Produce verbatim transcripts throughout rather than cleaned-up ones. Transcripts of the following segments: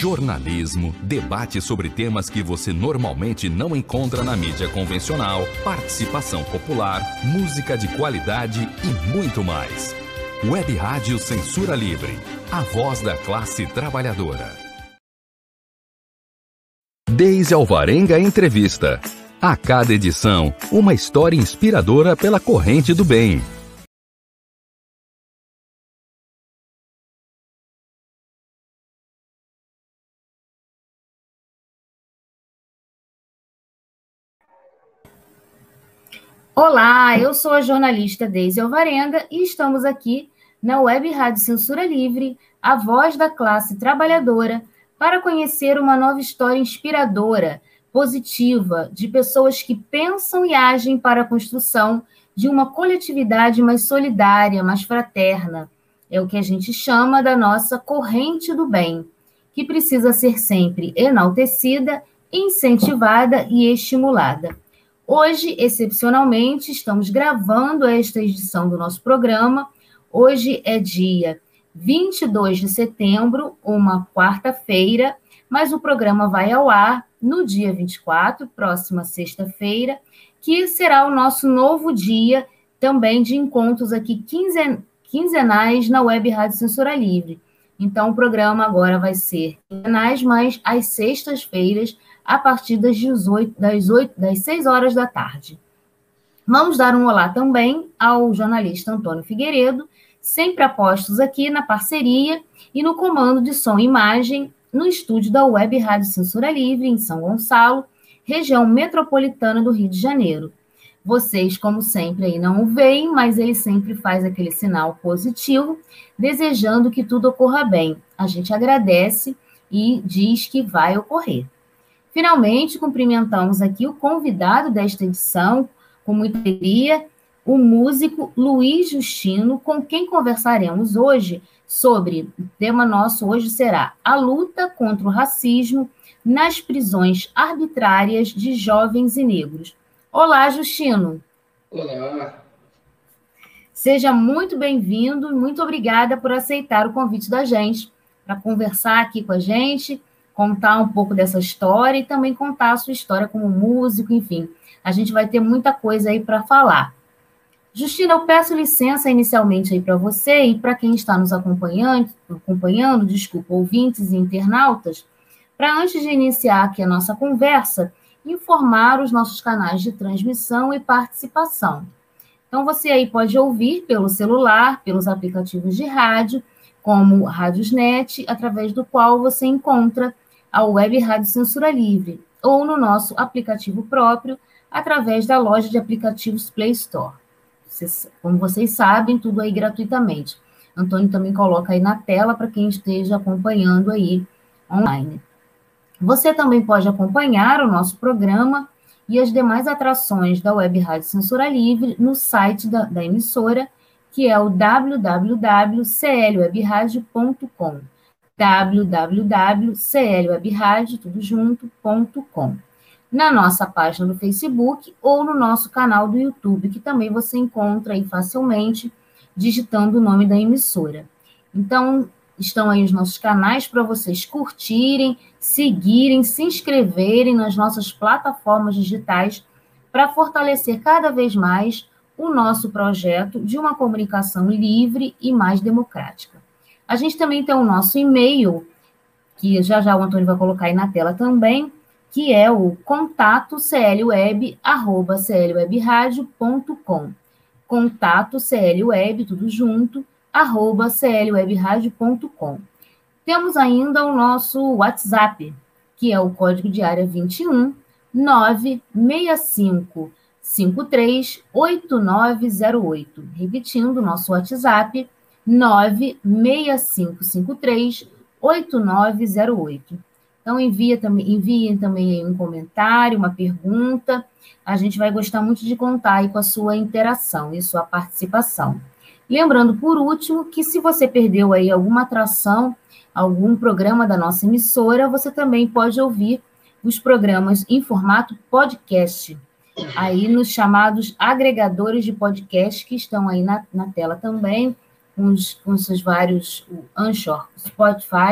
jornalismo, debate sobre temas que você normalmente não encontra na mídia convencional, participação popular, música de qualidade e muito mais. Web Rádio Censura Livre, a voz da classe trabalhadora. Deise Alvarenga Entrevista. A cada edição, uma história inspiradora pela corrente do bem. Olá, eu sou a jornalista Deise Alvarenga e estamos aqui na Web Rádio Censura Livre, a voz da classe trabalhadora, para conhecer uma nova história inspiradora, positiva, de pessoas que pensam e agem para a construção de uma coletividade mais solidária, mais fraterna. É o que a gente chama da nossa corrente do bem, que precisa ser sempre enaltecida, incentivada e estimulada. Hoje, excepcionalmente, estamos gravando esta edição do nosso programa. Hoje é dia vinte e dois de setembro, uma quarta-feira, mas o programa vai ao ar no dia vinte e quatro, próxima sexta-feira, que será o nosso novo dia também de encontros aqui quinzen... quinzenais na Web Rádio Censura Livre. Então, o programa agora vai ser quinzenais, mas às sextas-feiras, a partir das, dezoito, das, oito, das seis horas da tarde. Vamos dar um olá também ao jornalista Antônio Figueiredo, sempre apostos aqui na parceria e no comando de som e imagem no estúdio da Web Rádio Censura Livre, em São Gonçalo, região metropolitana do Rio de Janeiro. Vocês, como sempre, aí não o veem, mas ele sempre faz aquele sinal positivo, desejando que tudo ocorra bem. A gente agradece e diz que vai ocorrer. Finalmente, cumprimentamos aqui o convidado desta edição, com muita alegria, o músico Luiz Justino, com quem conversaremos hoje sobre, o tema nosso hoje será a luta contra o racismo nas prisões arbitrárias de jovens e negros. Olá, Justino. Olá. Seja muito bem-vindo, muito obrigada por aceitar o convite da gente para conversar aqui com a gente, contar um pouco dessa história e também contar a sua história como músico, enfim. A gente vai ter muita coisa aí para falar. Justino, eu peço licença inicialmente aí para você e para quem está nos acompanhando, acompanhando, desculpa, ouvintes e internautas, para antes de iniciar aqui a nossa conversa, informar os nossos canais de transmissão e participação. Então, você aí pode ouvir pelo celular, pelos aplicativos de rádio, como Rádiosnet, através do qual você encontra a Web Rádio Censura Livre, ou no nosso aplicativo próprio, através da loja de aplicativos Play Store. Vocês, como vocês sabem, tudo aí gratuitamente. Antônio também coloca aí na tela para quem esteja acompanhando aí online. Você também pode acompanhar o nosso programa e as demais atrações da Web Rádio Censura Livre no site da, da emissora, que é o w w w ponto c l web radio ponto com. w w w ponto c l web radio, tudo junto, ponto com. Na nossa página do Facebook ou no nosso canal do YouTube, que também você encontra aí facilmente, digitando o nome da emissora. Então, estão aí os nossos canais para vocês curtirem, seguirem, se inscreverem nas nossas plataformas digitais para fortalecer cada vez mais o nosso projeto de uma comunicação livre e mais democrática. A gente também tem o nosso e-mail, que já já o Antônio vai colocar aí na tela também, que é o contato clweb arroba clwebradio ponto com. Contato clweb, tudo junto, arroba clwebradio ponto com. Temos ainda o nosso WhatsApp, que é o código de área vinte e um, nove seis cinco cinco três oito nove zero oito. Repetindo, o nosso WhatsApp, nove seis cinco cinco três oito nove zero oito. Então, envia, enviem também aí um comentário, uma pergunta. A gente vai gostar muito de contar aí com a sua interação e sua participação. Lembrando, por último, que se você perdeu aí alguma atração, algum programa da nossa emissora, você também pode ouvir os programas em formato podcast, aí nos chamados agregadores de podcast, que estão aí na, na tela também, com os, com os seus vários, o Anchor, Spotify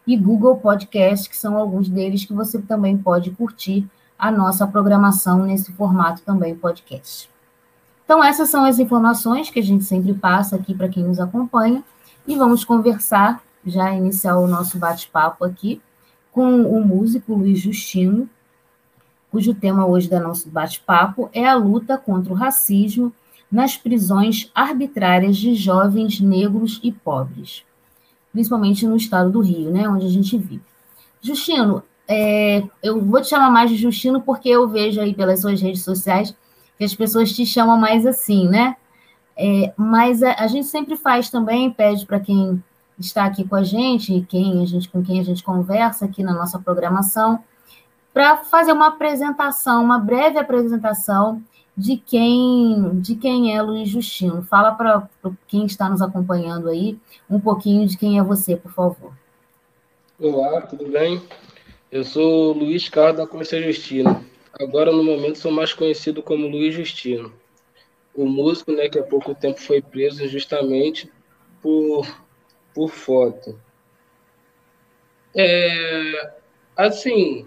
e Google Podcast, que são alguns deles que você também pode curtir a nossa programação nesse formato também podcast. Então, essas são as informações que a gente sempre passa aqui para quem nos acompanha, e vamos conversar, já iniciar o nosso bate-papo aqui, com o músico Luiz Justino, cujo tema hoje do nosso bate-papo é a luta contra o racismo nas prisões arbitrárias de jovens negros e pobres, principalmente no estado do Rio, né, onde a gente vive. Justino, é, eu vou te chamar mais de Justino porque eu vejo aí pelas suas redes sociais que as pessoas te chamam mais assim, né? É, mas a, a gente sempre faz também, pede para quem está aqui com a gente, quem a gente, com quem a gente conversa aqui na nossa programação, para fazer uma apresentação, uma breve apresentação de quem, de quem é Luiz Justino. Fala para quem está nos acompanhando aí um pouquinho de quem é você, por favor. Olá, tudo bem? Eu sou Luiz Carlos da Costa Justino. Agora, no momento, sou mais conhecido como Luiz Justino. O músico, né, que há pouco tempo foi preso justamente por, por foto. É, assim,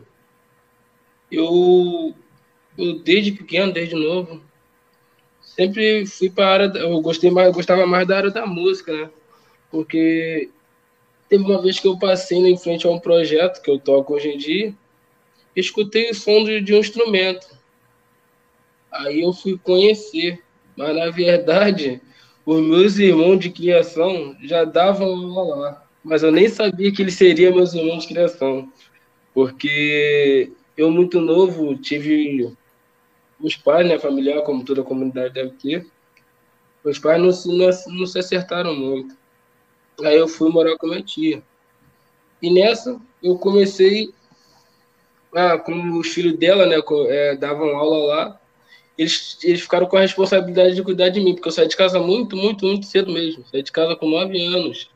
eu, eu desde pequeno, desde novo, sempre fui para a área, da- eu gostei mais, eu gostava mais da área da música, né? Porque teve uma vez que eu passei em frente a um projeto que eu toco hoje em dia, e escutei o som de, de um instrumento. Aí eu fui conhecer, mas na verdade, os meus irmãos de criação já davam aula lá, mas eu nem sabia que eles seriam meus irmãos de criação, porque eu, muito novo, tive os pais, né, familiar, como toda a comunidade deve ter, os pais não se, não, não se acertaram muito. Aí eu fui morar com minha tia. E nessa, eu comecei, ah, como os filhos dela, né, co- é, davam aula lá, eles, eles ficaram com a responsabilidade de cuidar de mim, porque eu saí de casa muito, muito, muito cedo mesmo. Saí de casa com nove anos.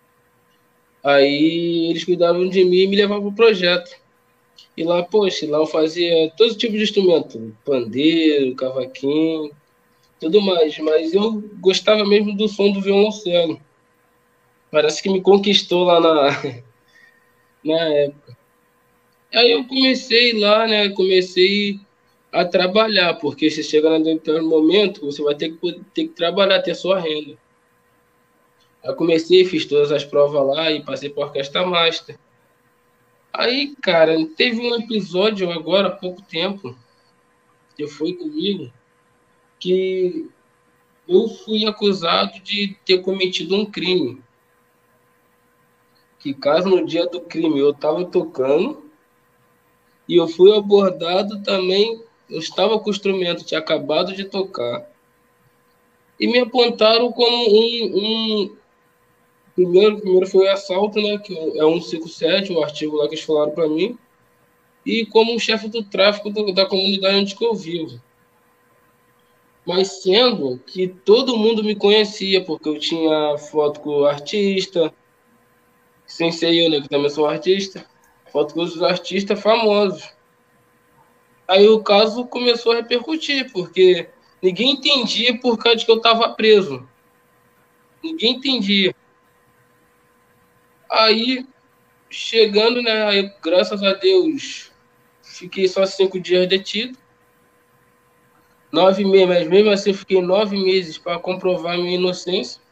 Aí eles cuidavam de mim e me levavam pro projeto. E lá, poxa, lá eu fazia todo tipo de instrumento, pandeiro, cavaquinho, tudo mais. Mas eu gostava mesmo do som do violoncelo. Parece que me conquistou lá na, na época. Aí eu comecei lá, né? Comecei a trabalhar, porque você chega num determinado momento, você vai ter que, ter que trabalhar, ter sua renda. Eu comecei, fiz todas as provas lá e passei por Orquestra Master. Aí, cara, teve um episódio agora, há pouco tempo, que foi comigo, que eu fui acusado de ter cometido um crime. Que caso no dia do crime eu estava tocando e eu fui abordado também, eu estava com o instrumento, tinha acabado de tocar. E me apontaram como um, um Primeiro, primeiro foi o assalto, né? Que é um cinco sete, o artigo lá que eles falaram para mim. E como chefe do tráfico do, da comunidade onde que eu vivo. Mas sendo que todo mundo me conhecia, porque eu tinha foto com o artista, sem ser eu, né? Que também sou artista. Foto com os artistas famosos. Aí o caso começou a repercutir, porque ninguém entendia por causa de que eu estava preso. Ninguém entendia. Aí, chegando, né? Aí, graças a Deus, fiquei só cinco dias detido. Nove meses, mas mesmo assim fiquei nove meses para comprovar minha inocência.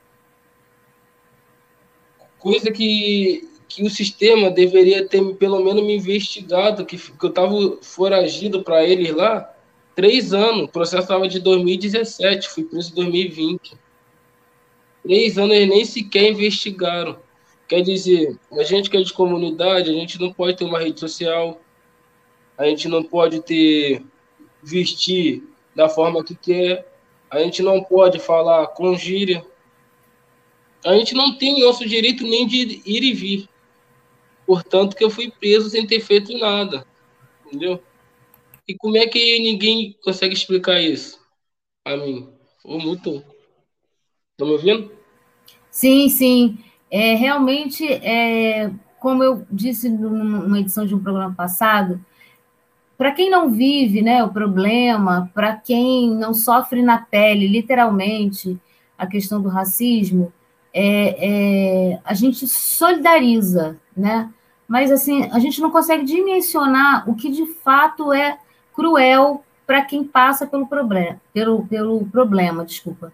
Coisa que, que o sistema deveria ter pelo menos me investigado, que, que eu estava foragido para eles lá, três anos. O processo estava de dois mil e dezessete, fui preso em dois mil e vinte. Três anos eles nem sequer investigaram. Quer dizer, a gente que é de comunidade, a gente não pode ter uma rede social, a gente não pode ter vestir da forma que quer, a gente não pode falar com gíria, a gente não tem nosso direito nem de ir e vir. Portanto, que eu fui preso sem ter feito nada, entendeu? E como é que ninguém consegue explicar isso a mim? Ou muito. Estão me ouvindo? Sim, sim. É, realmente, é, como eu disse numa edição de um programa passado, para quem não vive, né, o problema, para quem não sofre na pele, literalmente, a questão do racismo, é, é, a gente solidariza, né? Mas, assim, a gente não consegue dimensionar o que de fato é cruel para quem passa pelo problema, pelo, pelo problema, desculpa.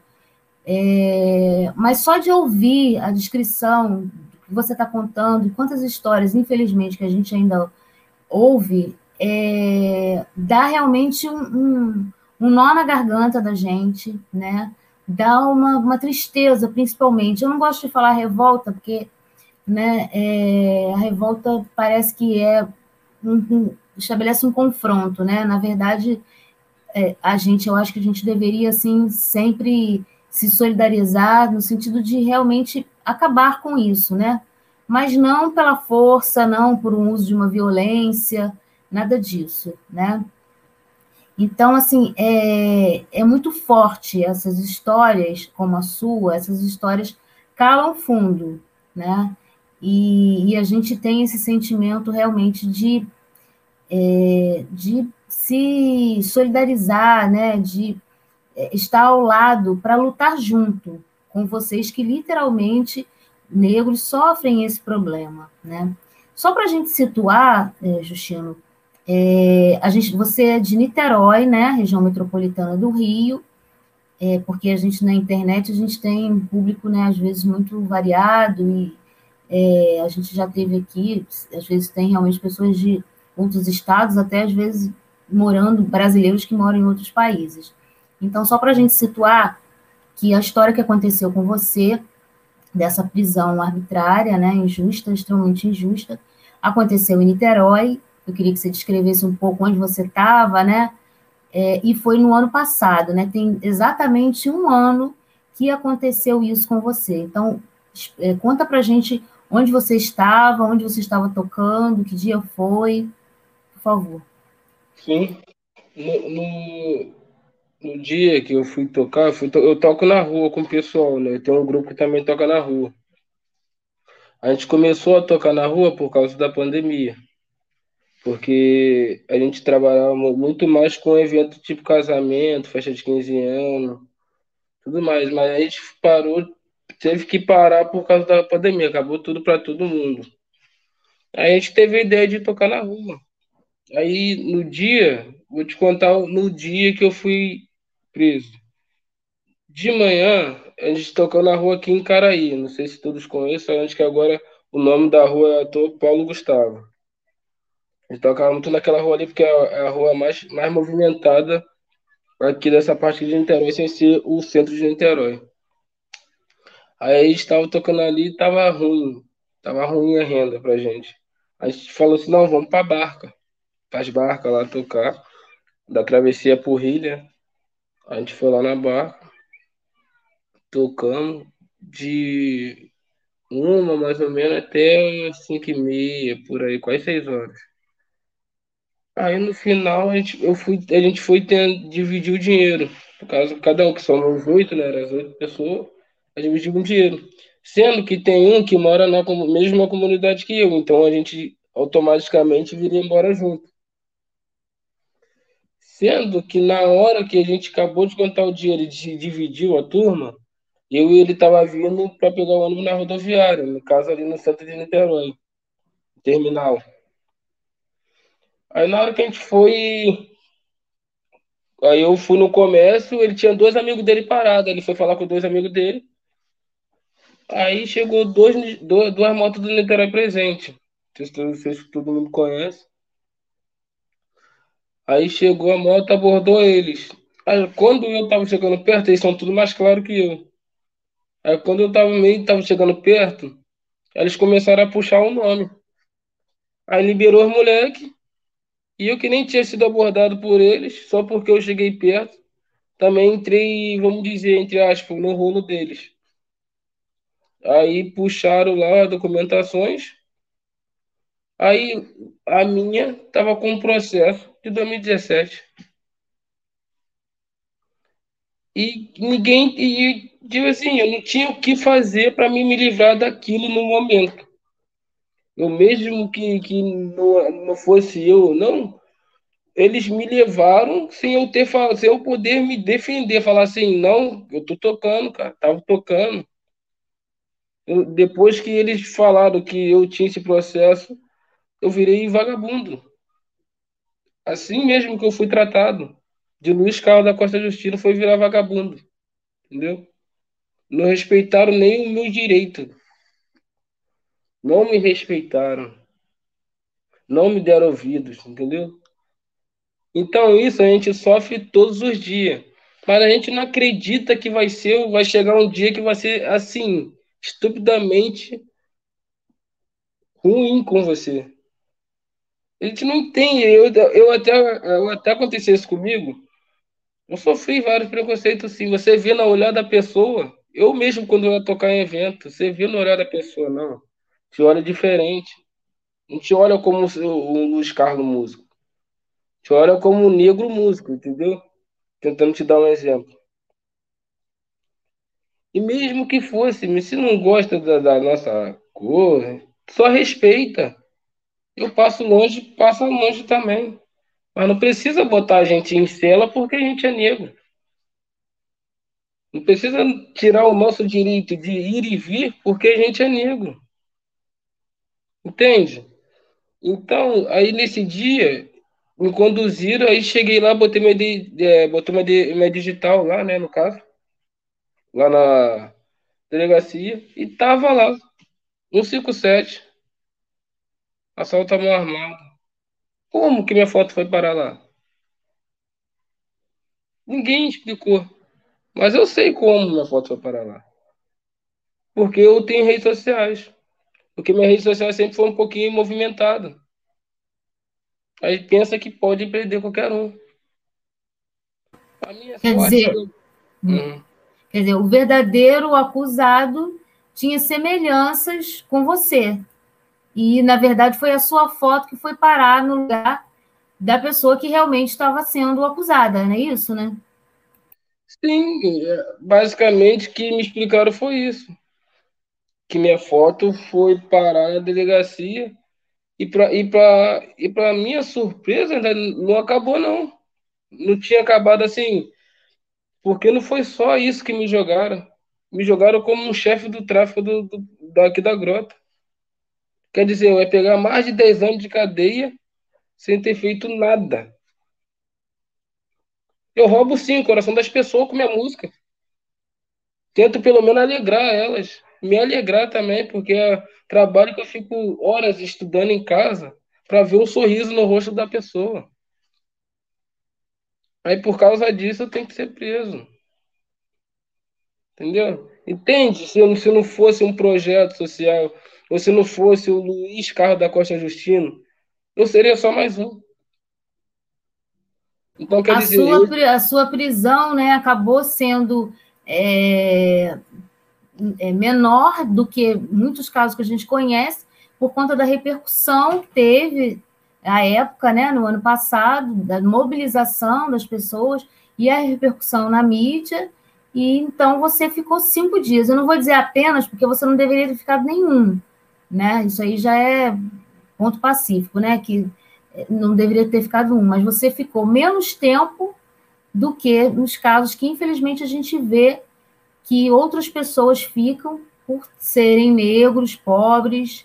É, mas só de ouvir a descrição que você está contando, e quantas histórias, infelizmente, que a gente ainda ouve, é, dá realmente um, um, um nó na garganta da gente, né? Dá uma, uma tristeza, principalmente. Eu não gosto de falar revolta, porque, né, é, a revolta parece que é um, um, estabelece um confronto, né? Na verdade, é, a gente, eu acho que a gente deveria, assim, sempre se solidarizar no sentido de realmente acabar com isso, né? Mas não pela força, não por um uso de uma violência, nada disso, né? Então, assim, é, é muito forte essas histórias, como a sua, essas histórias calam fundo, né? E, e a gente tem esse sentimento realmente de, é, de se solidarizar, né? De é, estar ao lado para lutar junto com vocês que literalmente negros sofrem esse problema, né? Só para a gente situar, é, Justino, é, a gente, você é de Niterói, né? Região metropolitana do Rio, é, porque a gente na internet a gente tem um público, né? Às vezes muito variado e é, a gente já teve aqui, às vezes tem realmente pessoas de outros estados, até às vezes morando, brasileiros que moram em outros países. Então, só para a gente situar que a história que aconteceu com você, dessa prisão arbitrária, né, injusta, extremamente injusta, aconteceu em Niterói. Eu queria que você descrevesse um pouco onde você estava, né? É, e foi no ano passado, né? Tem exatamente um ano que aconteceu isso com você. Então, é, conta pra gente onde você estava, onde você estava tocando, que dia foi, por favor. Sim. No, no, no dia que eu fui tocar, eu, fui to- eu toco na rua com o pessoal, né? Tem um grupo que também toca na rua. A gente começou a tocar na rua por causa da pandemia, porque a gente trabalhava mu- muito mais com evento tipo casamento, festa de quinze anos, tudo mais. Mas a gente parou, teve que parar por causa da pandemia, acabou tudo para todo mundo. Aí a gente teve a ideia de tocar na rua. Aí no dia, vou te contar no dia que eu fui preso. De manhã, a gente tocou na rua aqui em Caraí. Não sei se todos conhecem, acho que agora o nome da rua é ator Paulo Gustavo. A gente tocava muito naquela rua ali porque é a é a rua mais, mais movimentada aqui dessa parte de Niterói, sem ser o centro de Niterói. Aí a gente estava tocando ali e tava ruim. Tava ruim a renda pra gente. A gente falou assim, não, vamos pra barca. Faz barca lá tocar. Da travessia por Ilha. A gente foi lá na barca, tocamos de uma mais ou menos até cinco e meia, por aí, quase seis horas. Aí no final a gente, eu fui, a gente foi ter, dividir o dinheiro. Por causa cada um, que somos oito, né? Era as oito pessoas, a gente dividiu o dinheiro. Sendo que tem um que mora na comu- mesma comunidade que eu, então a gente automaticamente viria embora junto. Sendo que na hora que a gente acabou de contar o dinheiro e de- dividiu a turma, eu e ele tava vindo para pegar o ônibus na rodoviária, no caso ali no centro de Niterói, terminal. Aí na hora que a gente foi, aí eu fui no comércio, ele tinha dois amigos dele parados, ele foi falar com dois amigos dele. Aí chegou dois, dois, duas motos do Niterói presente. Não sei se todo, se todo mundo conhece. Aí chegou a moto, abordou eles. Aí quando eu tava chegando perto, eles são tudo mais claro que eu. Aí quando eu tava meio, tava chegando perto, eles começaram a puxar o nome. Aí liberou os moleques. E eu que nem tinha sido abordado por eles, só porque eu cheguei perto, também entrei, vamos dizer, entre aspas, no rolo deles. Aí puxaram lá documentações, aí a minha estava com um processo de dois mil e dezessete. E ninguém, e digo assim, eu não tinha o que fazer para mim me livrar daquilo no momento. Eu mesmo que, que não, não fosse eu, não, eles me levaram sem eu ter sem eu poder me defender, falar assim, não, eu tô tocando, cara, tava tocando. Eu, depois que eles falaram que eu tinha esse processo, eu virei vagabundo. Assim mesmo que eu fui tratado. De Luiz Carlos da Costa Justino foi virar vagabundo. Entendeu? Não respeitaram nem o meu direito. Não me respeitaram. Não me deram ouvidos, entendeu? Então isso a gente sofre todos os dias. Mas a gente não acredita que vai ser, vai chegar um dia que vai ser assim, estupidamente ruim com você. A gente não entende. Eu, eu até, eu até aconteceu isso comigo. Eu sofri vários preconceitos, sim. Você vê no olhar da pessoa. Eu mesmo, quando eu ia tocar em evento, você vê no olhar da pessoa, não. Te olha diferente. Não te olha como o o Luiz Carlos músico. Te olha como um negro músico, entendeu? Tentando te dar um exemplo. E mesmo que fosse, se não gosta da, da nossa cor, só respeita. Eu passo longe, passa longe também. Mas não precisa botar a gente em cela porque a gente é negro. Não precisa tirar o nosso direito de ir e vir porque a gente é negro. Entende? Então, aí nesse dia, me conduziram, aí cheguei lá, botei minha, de, é, botei minha, de, minha digital lá, né, no caso, lá na delegacia, e tava lá, cento e cinquenta e sete, assalto à mão armada. Como que minha foto foi parar lá? Ninguém explicou. Mas eu sei como minha foto foi parar lá. Porque eu tenho redes sociais. Porque minha rede social sempre foi um pouquinho movimentada. Aí pensa que pode prender qualquer um. A minha Quer sorte que dizer, eu... Uhum. quer dizer, o verdadeiro acusado tinha semelhanças com você. E, na verdade, foi a sua foto que foi parar no lugar da pessoa que realmente estava sendo acusada, não é isso, né? Sim, é, basicamente o que me explicaram foi isso. Que minha foto foi parar na delegacia e para e para e para minha surpresa ainda não acabou não. Não tinha acabado assim, porque não foi só isso que me jogaram. Me jogaram como um chefe do tráfico do, do, daqui da Grota. Quer dizer, eu ia pegar mais de dez anos de cadeia sem ter feito nada. Eu roubo sim o coração das pessoas com minha música. Tento pelo menos alegrar elas. Me alegrar também, porque é trabalho que eu fico horas estudando em casa para ver um sorriso no rosto da pessoa. Aí por causa disso eu tenho que ser preso. Entendeu? Entende? Se, eu, se não fosse um projeto social, ou se não fosse o Luiz Carlos da Costa Justino, eu seria só mais um. Então, quer A dizer, sua, eu, pri- a sua prisão, né, acabou sendo é, é, menor do que muitos casos que a gente conhece, por conta da repercussão que teve à época, né, no ano passado, da mobilização das pessoas e a repercussão na mídia. E então você ficou cinco dias. Eu não vou dizer apenas, porque você não deveria ter ficado nenhum, né? Isso aí já é ponto pacífico, né? Que não deveria ter ficado um, mas você ficou menos tempo do que nos casos que, infelizmente, a gente vê que outras pessoas ficam por serem negros, pobres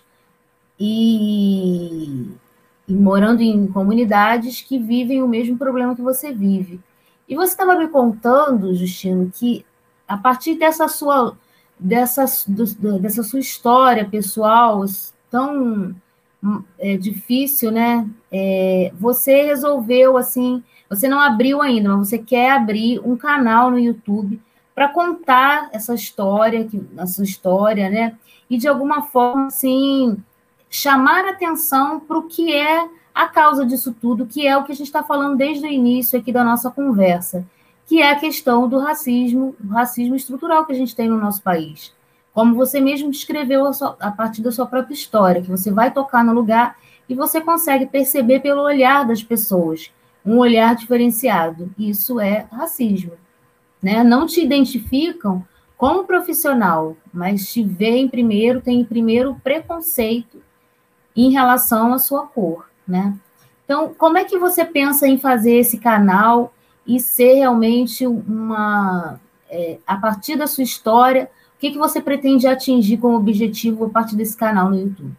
e, e morando em comunidades que vivem o mesmo problema que você vive. E você estava me contando, Justino, que a partir dessa sua, dessa, do, dessa sua história pessoal tão é, difícil, né? É, você resolveu, assim, você não abriu ainda, mas você quer abrir um canal no YouTube para contar essa história, a sua história, né? E de alguma forma, assim, chamar atenção para o que é a causa disso tudo, que é o que a gente está falando desde o início aqui da nossa conversa, que é a questão do racismo, o racismo estrutural que a gente tem no nosso país. Como você mesmo descreveu a, sua, a partir da sua própria história, que você vai tocar no lugar e você consegue perceber pelo olhar das pessoas, um olhar diferenciado. Isso é racismo, né? Não te identificam como profissional, mas te veem primeiro, tem primeiro preconceito em relação à sua cor, né? Então, como é que você pensa em fazer esse canal e ser realmente uma, é, a partir da sua história, o que, que você pretende atingir como objetivo a partir desse canal no YouTube?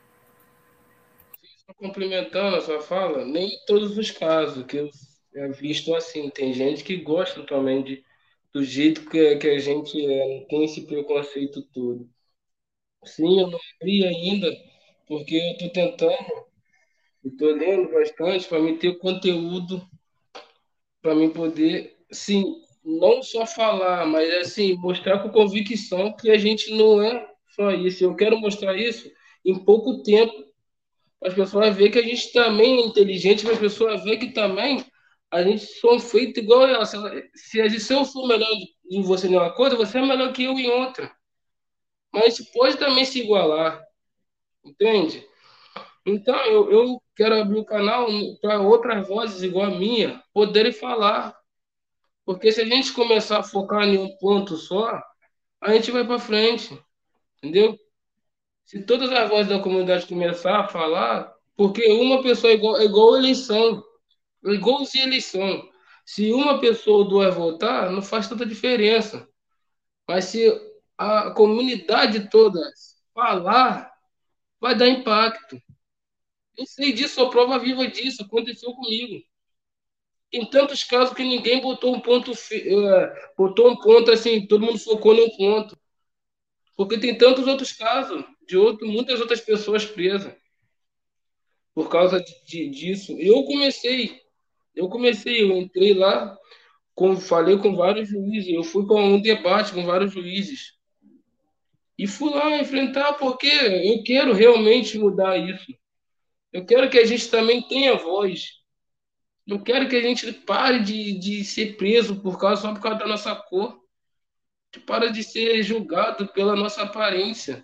Complementando a sua fala, nem em todos os casos que eu é visto assim. Tem gente que gosta também de, do jeito que, que a gente é, não tem esse preconceito todo. Sim, eu não vi ainda, porque eu estou tentando, estou lendo bastante para me ter conteúdo, para mim poder, sim, não só falar, mas assim, mostrar com convicção que a gente não é só isso. Eu quero mostrar isso em pouco tempo, para as pessoas verem que a gente também é inteligente, para as pessoas verem que também a gente somos feitos igual ela. Se, ela- se, a gente- se eu for melhor em você em uma coisa, você é melhor que eu em outra. Mas a gente pode também se igualar, entende? Então, eu, eu quero abrir o canal para outras vozes igual a minha poderem falar. Porque se a gente começar a focar em um ponto só, a gente vai para frente, entendeu? Se todas as vozes da comunidade começar a falar, porque uma pessoa é igual, é igual eleição, é igualzinho eleição. Se uma pessoa ou duas votar, não faz tanta diferença. Mas se a comunidade toda falar, vai dar impacto. Eu sei disso, sou prova viva disso, aconteceu comigo. Em tantos casos que ninguém botou um ponto, uh, botou um ponto assim, todo mundo focou num ponto. Porque tem tantos outros casos de outro, muitas outras pessoas presas por causa de, de, disso. Eu comecei, eu comecei, eu entrei lá, com, falei com vários juízes, eu fui para um debate com vários juízes. E fui lá enfrentar porque eu quero realmente mudar isso. Eu quero que a gente também tenha voz. Não quero que a gente pare de, de ser preso por causa, só por causa da nossa cor. Que para de ser julgado pela nossa aparência.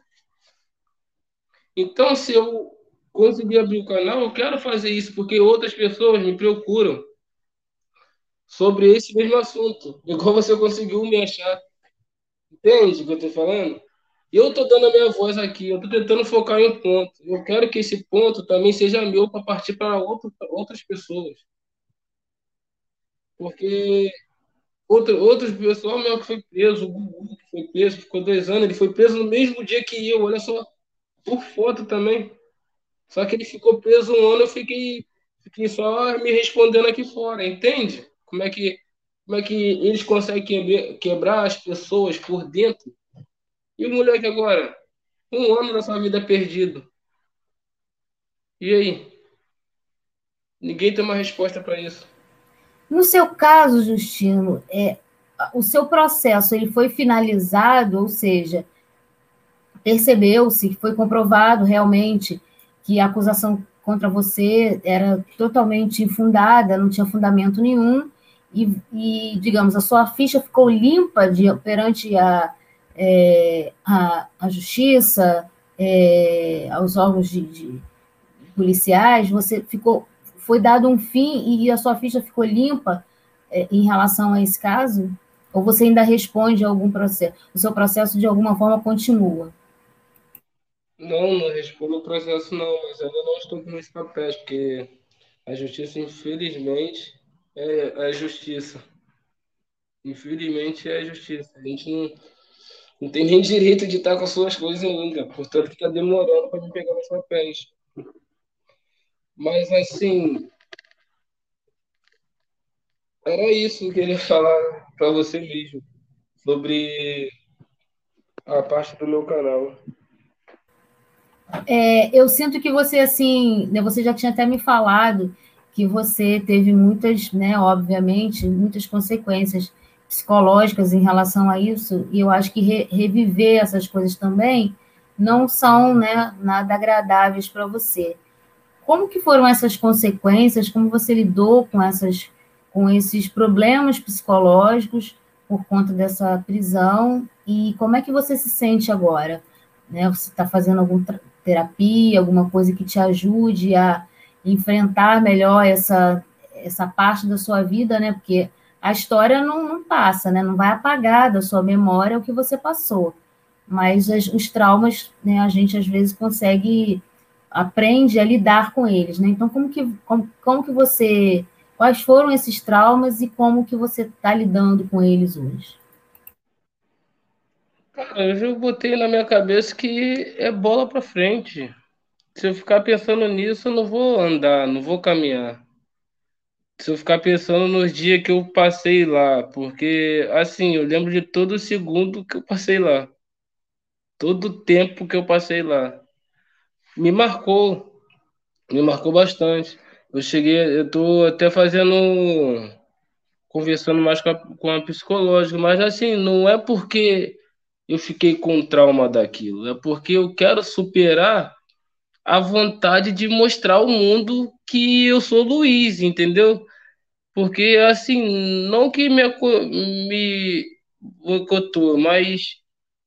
Então, se eu conseguir abrir o canal, eu quero fazer isso, porque outras pessoas me procuram sobre esse mesmo assunto. Igual você conseguiu me achar. Entende o que eu estou falando? Eu estou dando a minha voz aqui, eu estou tentando focar em um ponto. Eu quero que esse ponto também seja meu para partir para outro, outras pessoas. Porque outro, outros pessoal meu que foi preso, o Gugu que foi preso, ficou dois anos, ele foi preso no mesmo dia que eu, olha só, por foto também. Só que ele ficou preso um ano, eu fiquei, fiquei só me respondendo aqui fora, entende? Como é que, como é que eles conseguem quebrar, quebrar as pessoas por dentro? E o moleque agora, um ano da sua vida perdido. E aí? Ninguém tem uma resposta para isso. No seu caso, Justino, é, o seu processo ele foi finalizado, ou seja, percebeu-se, foi comprovado realmente que a acusação contra você era totalmente infundada, não tinha fundamento nenhum, e, e digamos, a sua ficha ficou limpa de, perante a, é, a, a justiça, é, aos órgãos de, de policiais, você ficou, foi dado um fim e a sua ficha ficou limpa é, em relação a esse caso? Ou você ainda responde a algum processo? O seu processo de alguma forma continua? Não, não respondo o processo não, mas ainda não estou com esses papéis, porque a justiça, infelizmente, é é a justiça. Infelizmente, é a justiça. A gente não, não tem nem direito de estar com as suas coisas ainda, portanto que está demorando para me pegar meus papéis. Mas, assim, era isso que eu queria falar para você mesmo, sobre a parte do meu canal. É, eu sinto que você, assim, né, você já tinha até me falado que você teve muitas, né, obviamente, muitas consequências psicológicas em relação a isso, e eu acho que re, reviver essas coisas também não são, né, nada agradáveis para você. Como que foram essas consequências? Como você lidou com essas, com esses problemas psicológicos por conta dessa prisão? E como é que você se sente agora? Né? Você está fazendo alguma terapia, alguma coisa que te ajude a enfrentar melhor essa, essa parte da sua vida, né? Porque a história não, não passa, né? Não vai apagar da sua memória o que você passou. Mas as, os traumas, né, a gente às vezes consegue aprende a lidar com eles, né? Então, como que, como, como que você, quais foram esses traumas e como que você está lidando com eles hoje? Cara, eu já botei na minha cabeça que é bola pra frente. Se eu ficar pensando nisso, eu não vou andar, não vou caminhar. Se eu ficar pensando nos dias que eu passei lá, porque assim, eu lembro de todo segundo que eu passei lá, todo o tempo que eu passei lá. Me marcou, me marcou bastante. Eu cheguei, eu tô até fazendo, conversando mais com a, com a psicológica, mas assim, não é porque eu fiquei com trauma daquilo, é porque eu quero superar a vontade de mostrar ao mundo que eu sou Luiz, entendeu? Porque, assim, não que me, aco- me boicotou, mas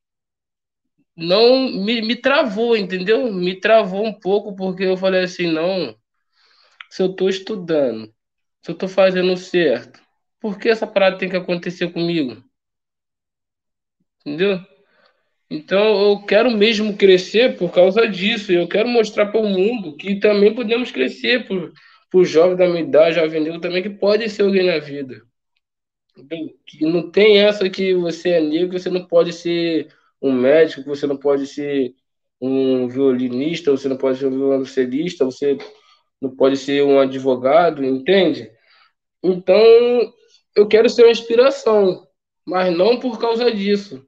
não me, me travou, entendeu? Me travou um pouco, porque eu falei assim, não, se eu estou estudando, se eu estou fazendo certo, por que essa parada tem que acontecer comigo? Entendeu? Então, eu quero mesmo crescer por causa disso. Eu quero mostrar para o mundo que também podemos crescer por, por jovens da minha idade, jovem negro também, que pode ser alguém na vida. Bem, que não tem essa que você é negro, você não pode ser um médico, você não pode ser um violinista, você não pode ser um violoncelista, você não pode ser um advogado, entende? Então, eu quero ser uma inspiração, mas não por causa disso.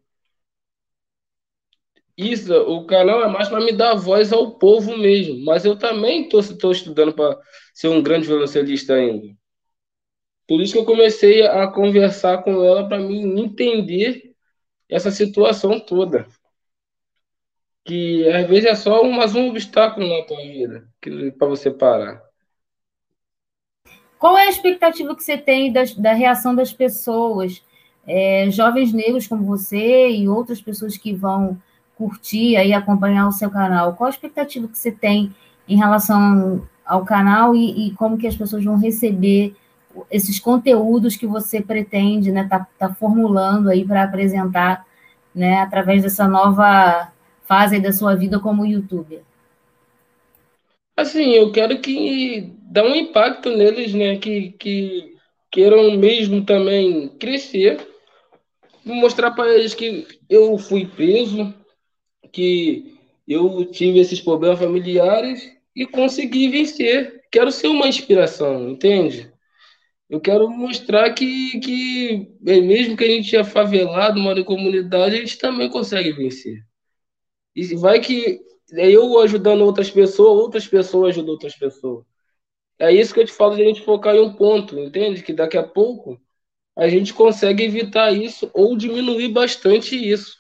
Isso, o canal é mais para me dar voz ao povo mesmo, mas eu também estou estudando para ser um grande violoncelista ainda. Por isso que eu comecei a conversar com ela para mim entender essa situação toda, que às vezes é só um, mais um obstáculo na tua vida, para você parar. Qual é a expectativa que você tem das, da reação das pessoas, é, jovens negros como você e outras pessoas que vão curtir e acompanhar o seu canal? Qual a expectativa que você tem em relação ao canal e, e como que as pessoas vão receber esses conteúdos que você pretende, né, tá, tá formulando aí para apresentar, né, através dessa nova fase da sua vida como youtuber? Assim, eu quero que dá um impacto neles, né? Que, que queiram mesmo também crescer, mostrar para eles que eu fui preso, que eu tive esses problemas familiares e consegui vencer. Quero ser uma inspiração, entende? Eu quero mostrar que, que mesmo que a gente é favelado, mora em comunidade, a gente também consegue vencer. E vai que é eu ajudando outras pessoas, outras pessoas ajudam outras pessoas. É isso que eu te falo de a gente focar em um ponto, entende? Que daqui a pouco a gente consegue evitar isso ou diminuir bastante isso.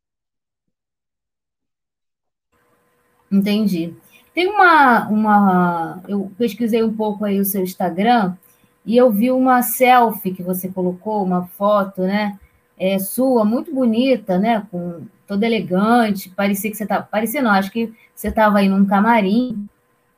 Entendi. Tem uma, uma. Eu pesquisei um pouco aí o seu Instagram e eu vi uma selfie que você colocou, uma foto, né? É, sua, muito bonita, né? Com toda elegante. Parecia que você estava. Parecia não, acho que você estava aí num camarim,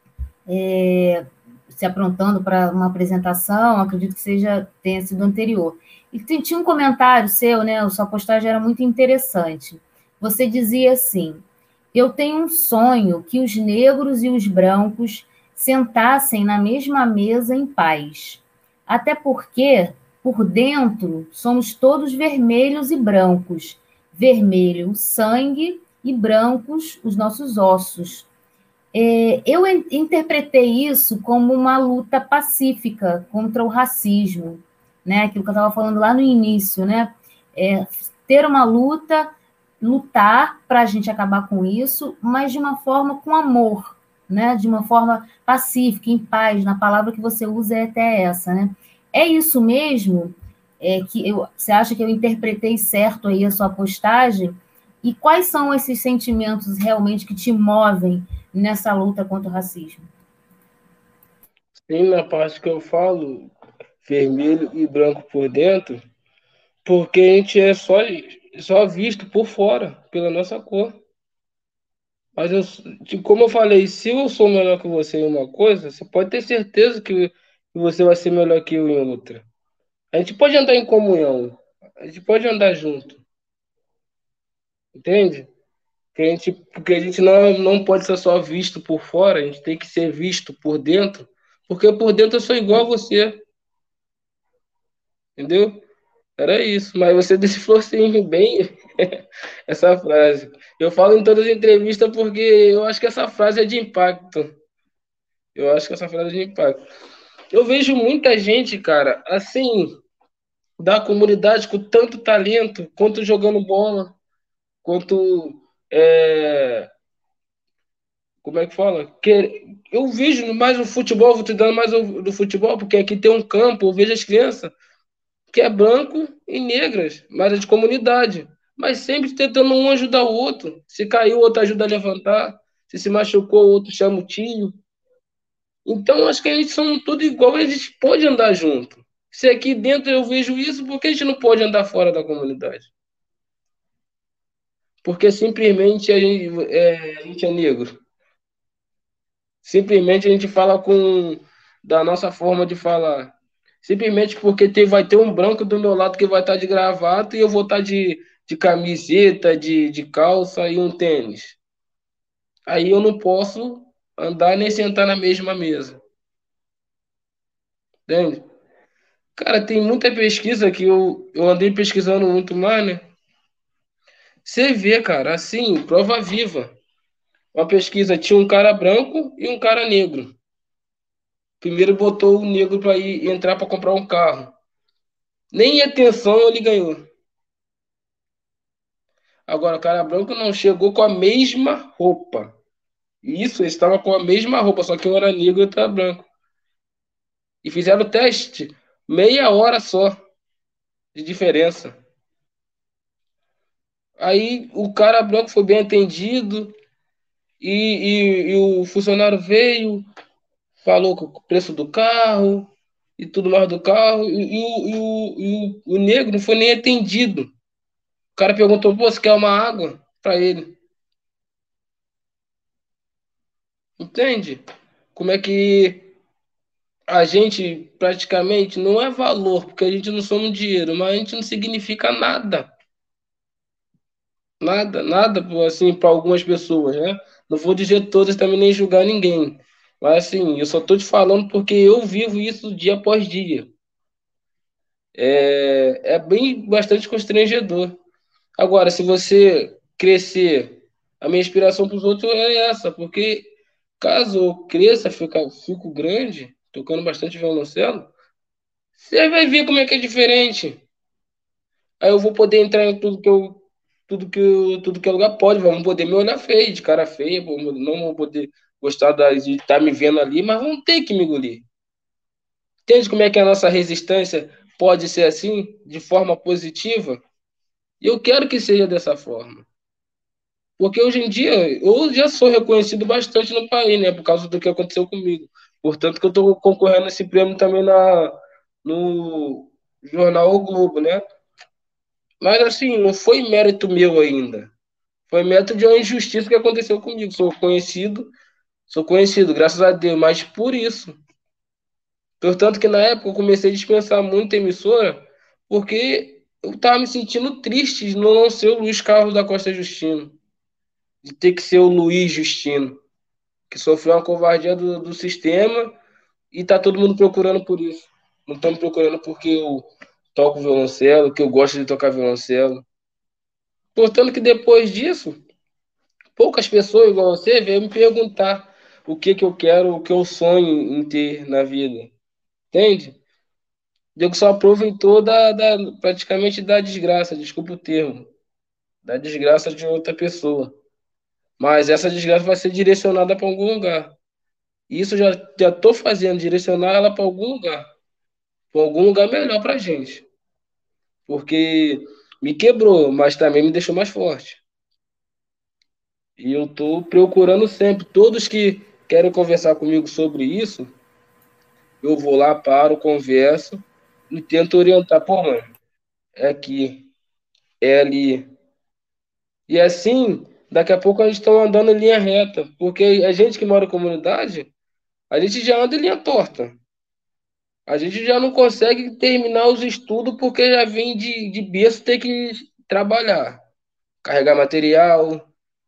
se aprontando para uma apresentação, acredito que seja tenha sido anterior. E tinha um comentário seu, né? A sua postagem era muito interessante. Você dizia assim: eu tenho um sonho que os negros e os brancos sentassem na mesma mesa em paz. Até porque, por dentro, somos todos vermelhos e brancos. Vermelho o sangue e brancos os nossos ossos. É, eu interpretei isso como uma luta pacífica contra o racismo, né? Aquilo que eu estava falando lá no início, né? É, ter uma luta, lutar para a gente acabar com isso, mas de uma forma com amor, né? De uma forma pacífica, em paz. Na palavra que você usa é até essa, né? É isso mesmo? É que eu, você acha que eu interpretei certo aí a sua postagem? E quais são esses sentimentos realmente que te movem nessa luta contra o racismo? Tem na parte que eu falo vermelho e branco por dentro, porque a gente é só, só visto por fora, pela nossa cor. Mas eu, tipo, como eu falei, se eu sou melhor que você em uma coisa, você pode ter certeza que, que você vai ser melhor que eu em outra. A gente pode andar em comunhão, a gente pode andar junto, entende? Que a gente, porque a gente não, não pode ser só visto por fora, a gente tem que ser visto por dentro, porque por dentro eu sou igual a você, entendeu? Era isso, mas você decifrou assim, bem. essa frase. Eu falo em todas as entrevistas porque eu acho que essa frase é de impacto. Eu acho que essa frase é de impacto. Eu vejo muita gente, cara, assim, da comunidade com tanto talento, quanto jogando bola, quanto. É, como é que fala? Que, eu vejo mais o futebol, vou te dando mais o, do futebol, porque aqui tem um campo, eu vejo as crianças que é branco e negras, mas é de comunidade. Mas sempre tentando um ajudar o outro. Se caiu, o outro ajuda a levantar. Se se machucou, o outro chama o tio. Então, acho que a gente são tudo igual, a gente pode andar junto. Se aqui dentro eu vejo isso, por que a gente não pode andar fora da comunidade? Porque simplesmente a gente é, a gente é negro. Simplesmente a gente fala com da nossa forma de falar. Simplesmente porque tem, vai ter um branco do meu lado que vai estar de gravata e eu vou estar de, de camiseta, de, de calça e um tênis. Aí eu não posso andar nem sentar na mesma mesa. Entende? Cara, tem muita pesquisa que eu, eu andei pesquisando muito mais, né? Você vê, cara, assim, prova viva. Uma pesquisa tinha um cara branco e um cara negro. Primeiro botou o negro para ir entrar para comprar um carro. Nem atenção ele ganhou. Agora, o cara branco não chegou com a mesma roupa. Isso, ele estava com a mesma roupa, só que um era negro e outro era branco. E fizeram o teste, meia hora só de diferença. Aí o cara branco foi bem atendido e, e, e o funcionário veio, falou com o preço do carro e tudo mais do carro, e, e o, e o, e o, o negro não foi nem atendido. O cara perguntou, pô, você quer uma água? Para ele. Entende? Como é que a gente praticamente não é valor, porque a gente não somos dinheiro, mas a gente não significa nada. Nada, nada, assim, para algumas pessoas, né? Não vou dizer todas também, nem julgar ninguém. Mas, assim, eu só tô te falando porque eu vivo isso dia após dia. É, é bem, bastante constrangedor. Agora, se você crescer, a minha inspiração para os outros é essa, porque caso eu cresça, fica, fico grande, tocando bastante violoncelo, você vai ver como é que é diferente. Aí eu vou poder entrar em tudo que eu, tudo que eu, tudo que é lugar pode, vão poder me olhar feio, de cara feia, não vão poder gostar da- de estar me vendo ali, mas vão ter que me engolir. Entende como é que a nossa resistência pode ser assim, de forma positiva? E eu quero que seja dessa forma. Porque hoje em dia eu já sou reconhecido bastante no país, né? Por causa do que aconteceu comigo. Portanto, que eu estou concorrendo a esse prêmio também na, no jornal O Globo, né? Mas assim, não foi mérito meu ainda. Foi mérito de uma injustiça que aconteceu comigo. Sou conhecido, sou conhecido, graças a Deus, mas por isso. Portanto, que na época eu comecei a dispensar muito a emissora, porque eu estava me sentindo triste de não ser o Luiz Carlos da Costa Justino, de ter que ser o Luiz Justino, que sofreu uma covardia do, do sistema e tá todo mundo procurando por isso. Não estão me procurando porque eu toco violoncelo, que eu gosto de tocar violoncelo. Portanto, que depois disso, poucas pessoas igual você veio me perguntar o que que eu quero, o que eu sonho em ter na vida. Entende? Diego só aproveitou da, da, praticamente da desgraça, desculpa o termo, da desgraça de outra pessoa. Mas essa desgraça vai ser direcionada para algum lugar. E isso eu já já estou fazendo, direcionar ela para algum lugar, para algum lugar melhor para a gente. Porque me quebrou, mas também me deixou mais forte. E eu estou procurando sempre, todos que querem conversar comigo sobre isso, eu vou lá, paro, converso e tento orientar. Pô, mano, é aqui, é ali. E assim, daqui a pouco a gente está andando em linha reta, porque a gente que mora em comunidade, a gente já anda em linha torta. A gente já não consegue terminar os estudos porque já vem de, de berço ter que trabalhar, carregar material,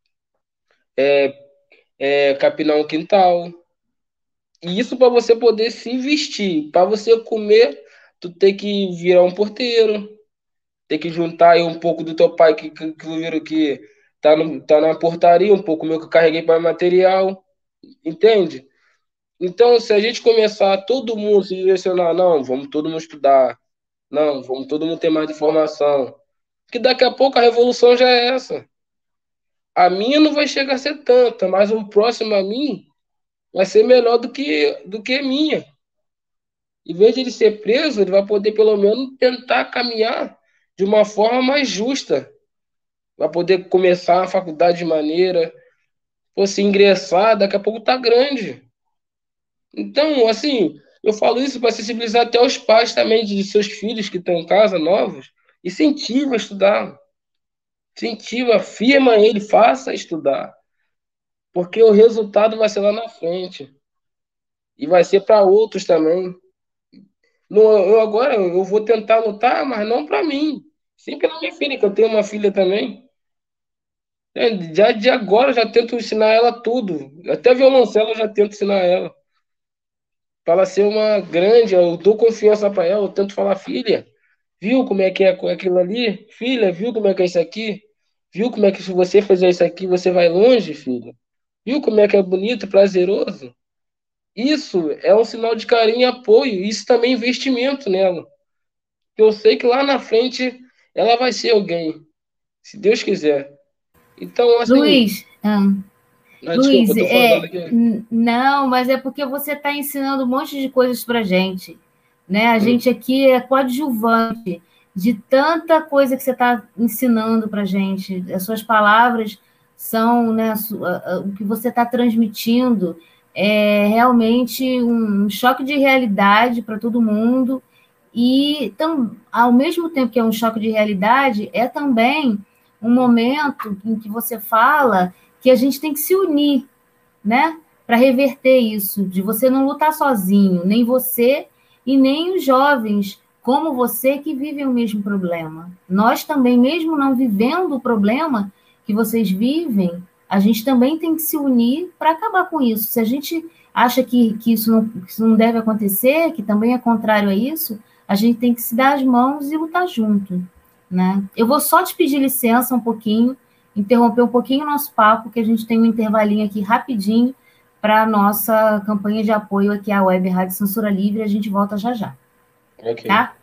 é, capinar um quintal. E isso para você poder se vestir. Para você comer, tu tem que virar um porteiro, Tem que juntar aí um pouco do teu pai que, que, que, que tá, no, tá na portaria, um pouco meu que eu carreguei para material, entende? Então, se a gente começar todo mundo se direcionar, não, vamos todo mundo estudar, não, vamos todo mundo ter mais informação, que daqui a pouco a revolução já é essa. A minha não vai chegar a ser tanta, mas o próximo a mim vai ser melhor do que, do que a minha. Em vez de ele ser preso, ele vai poder pelo menos tentar caminhar de uma forma mais justa. Vai poder começar a faculdade de maneira, ou se ingressar, daqui a pouco tá grande. Então, assim, eu falo isso para sensibilizar até os pais também de seus filhos que estão em casa, novos. Incentiva a estudar. Incentiva, afirma ele, faça estudar. Porque o resultado vai ser lá na frente. E vai ser para outros também. No, eu agora eu vou tentar lutar, mas não para mim. Sim pela minha filha, que eu tenho uma filha também. É, já de agora eu já tento ensinar ela tudo. Até violoncelo eu já tento ensinar ela. Para ela ser uma grande, eu dou confiança para ela, eu tento falar, filha, viu como é que é aquilo ali? Filha, viu como é que é isso aqui? Viu como é que se você fizer isso aqui, você vai longe, filha? Viu como é que é bonito, prazeroso? Isso é um sinal de carinho e apoio. Isso também é investimento nela. Eu sei que lá na frente ela vai ser alguém, se Deus quiser. Então, assim... Luiz, ah, ah, Luiz, desculpa, eu tô é, falando aqui. não, mas é porque você está ensinando um monte de coisas para a gente. Né? A Hum. gente aqui é coadjuvante de tanta coisa que você está ensinando para a gente. As suas palavras são, né, o que você está transmitindo é realmente um choque de realidade para todo mundo. E, tam, ao mesmo tempo que é um choque de realidade, é também um momento em que você fala que a gente tem que se unir, né, para reverter isso, de você não lutar sozinho, nem você e nem os jovens como você que vivem o mesmo problema. Nós também, mesmo não vivendo o problema que vocês vivem, a gente também tem que se unir para acabar com isso. Se a gente acha que, que, isso não, que isso não deve acontecer, que também é contrário a isso, a gente tem que se dar as mãos e lutar junto. Né? Eu vou só te pedir licença um pouquinho, interromper um pouquinho o nosso papo, que a gente tem um intervalinho aqui rapidinho para a nossa campanha de apoio aqui à Web Rádio Censura Livre. A gente volta já já. Ok. Tá?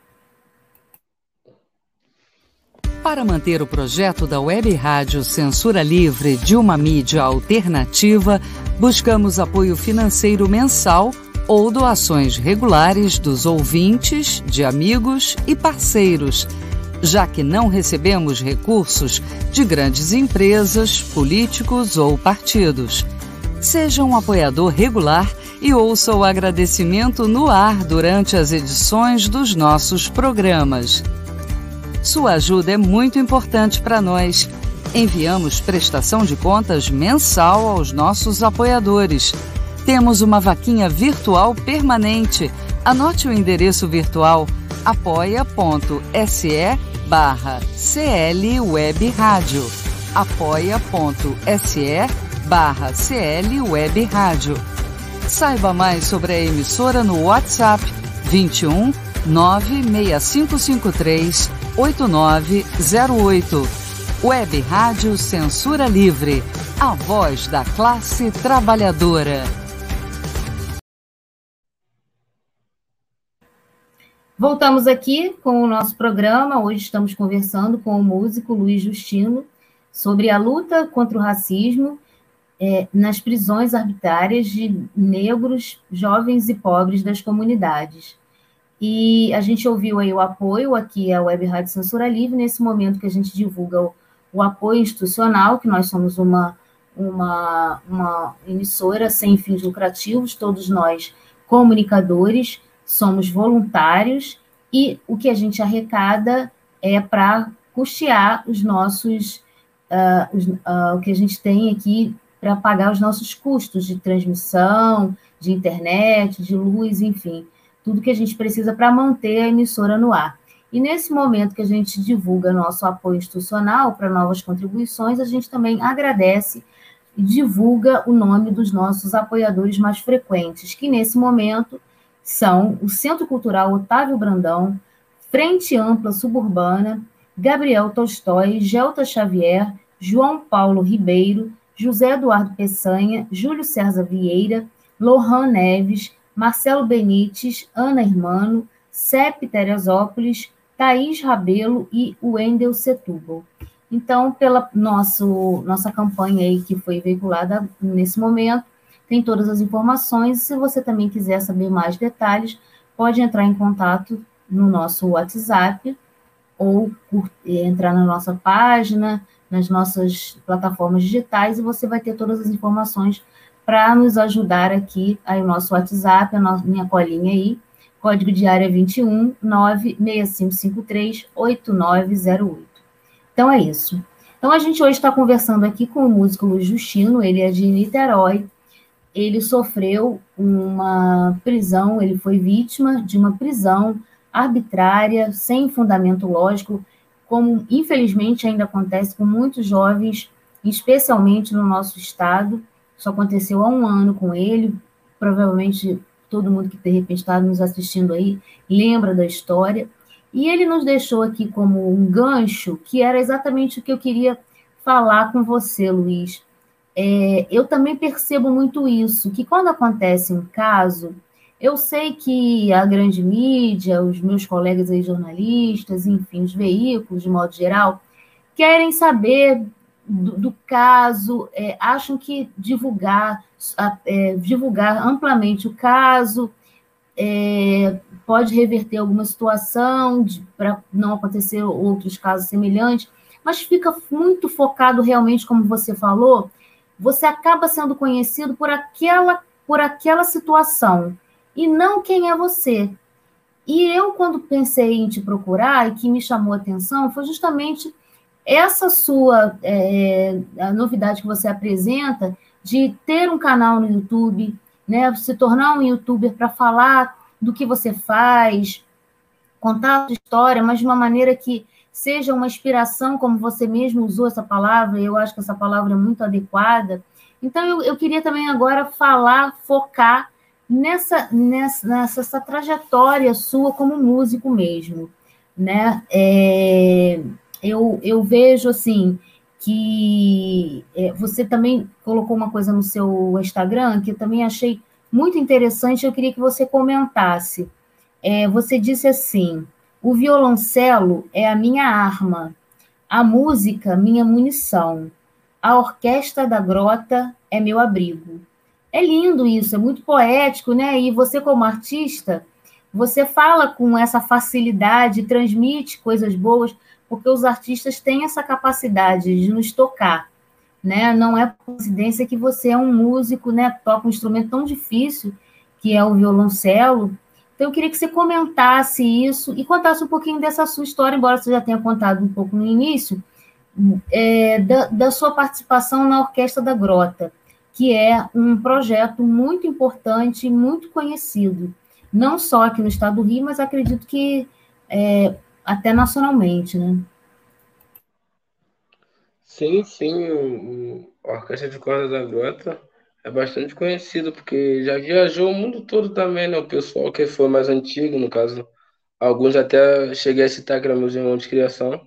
Para manter o projeto da Web Rádio Censura Livre de uma mídia alternativa, buscamos apoio financeiro mensal ou doações regulares dos ouvintes, de amigos e parceiros, já que não recebemos recursos de grandes empresas, políticos ou partidos. Seja um apoiador regular e ouça o agradecimento no ar durante as edições dos nossos programas. Sua ajuda é muito importante para nós. Enviamos prestação de contas mensal aos nossos apoiadores. Temos uma vaquinha virtual permanente. Anote o endereço virtual apoia.se barra CL Web Rádio. apoia.se barra CL Web Rádio. Saiba mais sobre a emissora no WhatsApp vinte e um, nove seis cinco cinco três, oito nove zero oito. Web Rádio Censura Livre, a voz da classe trabalhadora. Voltamos aqui com o nosso programa. Hoje estamos conversando com o músico Luiz Justino sobre a luta contra o racismo é, nas prisões arbitrárias de negros, jovens e pobres das comunidades. E a gente ouviu aí o apoio aqui à Web Rádio Censura Livre, nesse momento que a gente divulga o, o apoio institucional, que nós somos uma, uma, uma emissora sem fins lucrativos, todos nós comunicadores, somos voluntários, e o que a gente arrecada é para custear os nossos, uh, os, uh, o que a gente tem aqui para pagar os nossos custos de transmissão, de internet, de luz, enfim, tudo que a gente precisa para manter a emissora no ar. E nesse momento que a gente divulga nosso apoio institucional para novas contribuições, a gente também agradece e divulga o nome dos nossos apoiadores mais frequentes, que nesse momento são o Centro Cultural Otávio Brandão, Frente Ampla Suburbana, Gabriel Tolstói, Gelta Xavier, João Paulo Ribeiro, José Eduardo Peçanha, Júlio César Vieira, Lohan Neves, Marcelo Benites, Ana Hermano, Sepe Teresópolis, Thaís Rabelo e Wendel Setúbal. Então, pela nosso, nossa campanha aí que foi veiculada nesse momento, tem todas as informações. Se você também quiser saber mais detalhes, pode entrar em contato no nosso WhatsApp ou entrar na nossa página, nas nossas plataformas digitais, e você vai ter todas as informações para nos ajudar aqui. Aí o nosso WhatsApp, a nossa, minha colinha aí, código de área vinte e um, nove seis cinco cinco três, oito nove zero oito. Então, é isso. Então, a gente hoje está conversando aqui com o músico Luiz Justino, ele é de Niterói, ele sofreu uma prisão, ele foi vítima de uma prisão arbitrária, sem fundamento lógico, como infelizmente ainda acontece com muitos jovens, especialmente no nosso estado. Isso aconteceu há um ano com ele, provavelmente todo mundo que de repente está nos assistindo aí lembra da história. E ele nos deixou aqui como um gancho, que era exatamente o que eu queria falar com você, Luiz. É, eu também percebo muito isso, que quando acontece um caso, eu sei que a grande mídia, os meus colegas aí jornalistas, enfim, os veículos, de modo geral, querem saber do, do caso, é, acham que divulgar, é, divulgar amplamente o caso é, pode reverter alguma situação para não acontecer outros casos semelhantes, mas fica muito focado realmente, como você falou, você acaba sendo conhecido por aquela, por aquela situação, e não quem é você. E eu, quando pensei em te procurar, e que me chamou a atenção, foi justamente essa sua é, a novidade que você apresenta, de ter um canal no YouTube, né, se tornar um youtuber para falar do que você faz, contar a sua história, mas de uma maneira que seja uma inspiração, como você mesmo usou essa palavra, e eu acho que essa palavra é muito adequada. Então, eu, eu queria também agora falar, focar nessa, nessa, nessa trajetória sua como músico mesmo, né? É, eu, eu vejo, assim, que é, você também colocou uma coisa no seu Instagram que eu também achei muito interessante, eu queria que você comentasse. É, você disse assim: o violoncelo é a minha arma, a música, minha munição, a orquestra da grota é meu abrigo. É lindo isso, é muito poético, né? E você, como artista, você fala com essa facilidade, transmite coisas boas, porque os artistas têm essa capacidade de nos tocar, né? Não é coincidência que você é um músico, né? Toca um instrumento tão difícil, que é o violoncelo. Então, eu queria que você comentasse isso e contasse um pouquinho dessa sua história, embora você já tenha contado um pouco no início, é, da, da sua participação na Orquestra da Grota, que é um projeto muito importante e muito conhecido, não só aqui no estado do Rio, mas acredito que é, até nacionalmente, né? Sim, sim, o, o- a Orquestra de Cordas da Grota é bastante conhecido, porque já viajou o mundo todo também, né? O pessoal que foi mais antigo, no caso, alguns até cheguei a citar que eram meus irmãos de criação.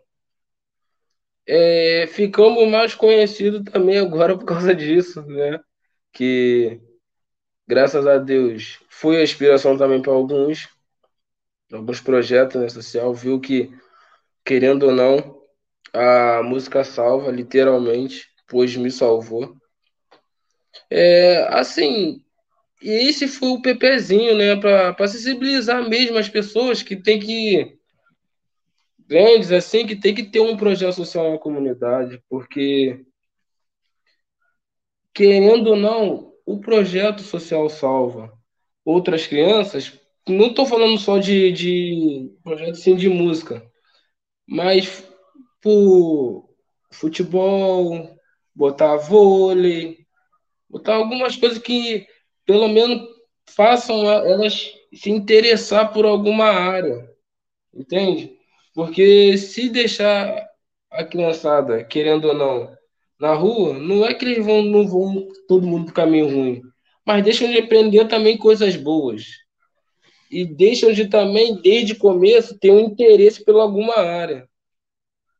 É, ficamos mais conhecidos também agora por causa disso, né? Que, graças a Deus, fui a inspiração também para alguns, alguns projetos, né, social, viu que, querendo ou não, a música salva, literalmente, pois me salvou. É, assim, e esse foi o PPzinho, né, para sensibilizar mesmo as pessoas que tem que, grandes assim, que tem que ter um projeto social na comunidade, porque, querendo ou não, o projeto social salva outras crianças. Não estou falando só de, de projeto assim, de música, mas por futebol, botar vôlei, botar algumas coisas que pelo menos façam elas se interessar por alguma área, entende? Porque se deixar a criançada, querendo ou não, na rua, não é que eles vão, não vão todo mundo pro caminho ruim, mas deixam de aprender também coisas boas. E deixam de também, desde o começo, ter um interesse por alguma área.